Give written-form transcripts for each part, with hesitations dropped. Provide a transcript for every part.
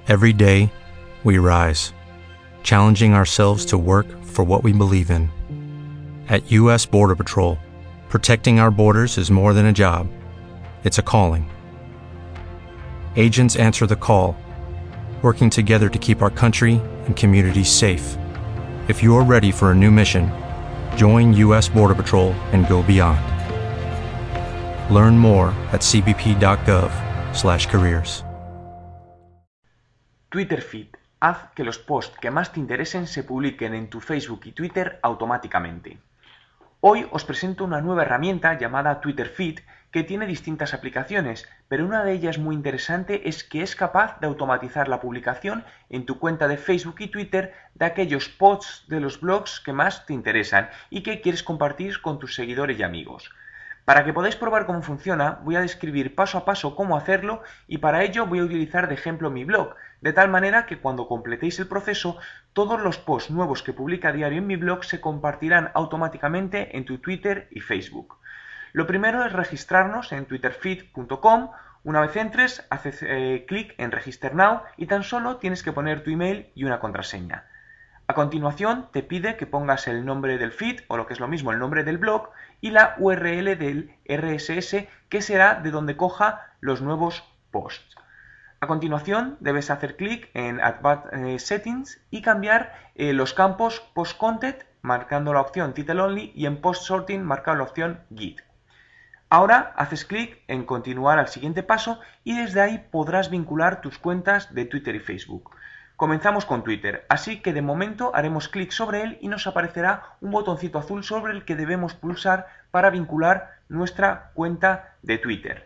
Every day, we rise, challenging ourselves to work for what we believe in. At U.S. Border Patrol, protecting our borders is more than a job. It's a calling. Agents answer the call, working together to keep our country and communities safe. If you are ready for a new mission, join U.S. Border Patrol and go beyond. Learn more at cbp.gov/careers. Twitter Feed. Haz que los posts que más te interesen se publiquen en tu Facebook y Twitter automáticamente. Hoy os presento una nueva herramienta llamada Twitter Feed que tiene distintas aplicaciones, pero una de ellas muy interesante es que es capaz de automatizar la publicación en tu cuenta de Facebook y Twitter de aquellos posts de los blogs que más te interesan y que quieres compartir con tus seguidores y amigos. Para que podáis probar cómo funciona, voy a describir paso a paso cómo hacerlo y para ello voy a utilizar de ejemplo mi blog, de tal manera que cuando completéis el proceso, todos los posts nuevos que publica a diario en mi blog se compartirán automáticamente en tu Twitter y Facebook. Lo primero es registrarnos en twitterfeed.com. Una vez entres, haces clic en Register Now y tan solo tienes que poner tu email y una contraseña. A continuación te pide que pongas el nombre del feed, o lo que es lo mismo el nombre del blog, y la URL del RSS, que será de donde coja los nuevos posts. A continuación debes hacer clic en Advanced Settings y cambiar los campos Post Content, marcando la opción Title Only, y en Post Sorting marcando la opción Git. Ahora haces clic en Continuar al siguiente paso y desde ahí podrás vincular tus cuentas de Twitter y Facebook. Comenzamos con Twitter, así que de momento haremos clic sobre él y nos aparecerá un botoncito azul sobre el que debemos pulsar para vincular nuestra cuenta de Twitter.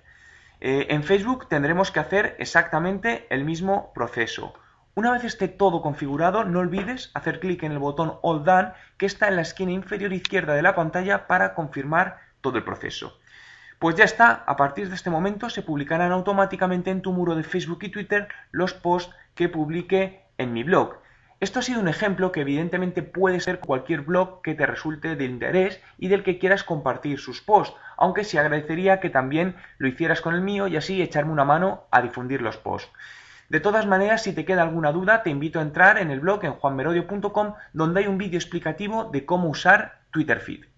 En Facebook tendremos que hacer exactamente el mismo proceso. Una vez esté todo configurado, no olvides hacer clic en el botón All Done, que está en la esquina inferior izquierda de la pantalla, para confirmar todo el proceso. Pues ya está, a partir de este momento se publicarán automáticamente en tu muro de Facebook y Twitter los posts que publique en mi blog. Esto ha sido un ejemplo que evidentemente puede ser cualquier blog que te resulte de interés y del que quieras compartir sus posts, aunque sí agradecería que también lo hicieras con el mío y así echarme una mano a difundir los posts. De todas maneras, si te queda alguna duda, te invito a entrar en el blog en juanmerodio.com, donde hay un vídeo explicativo de cómo usar Twitter Feed.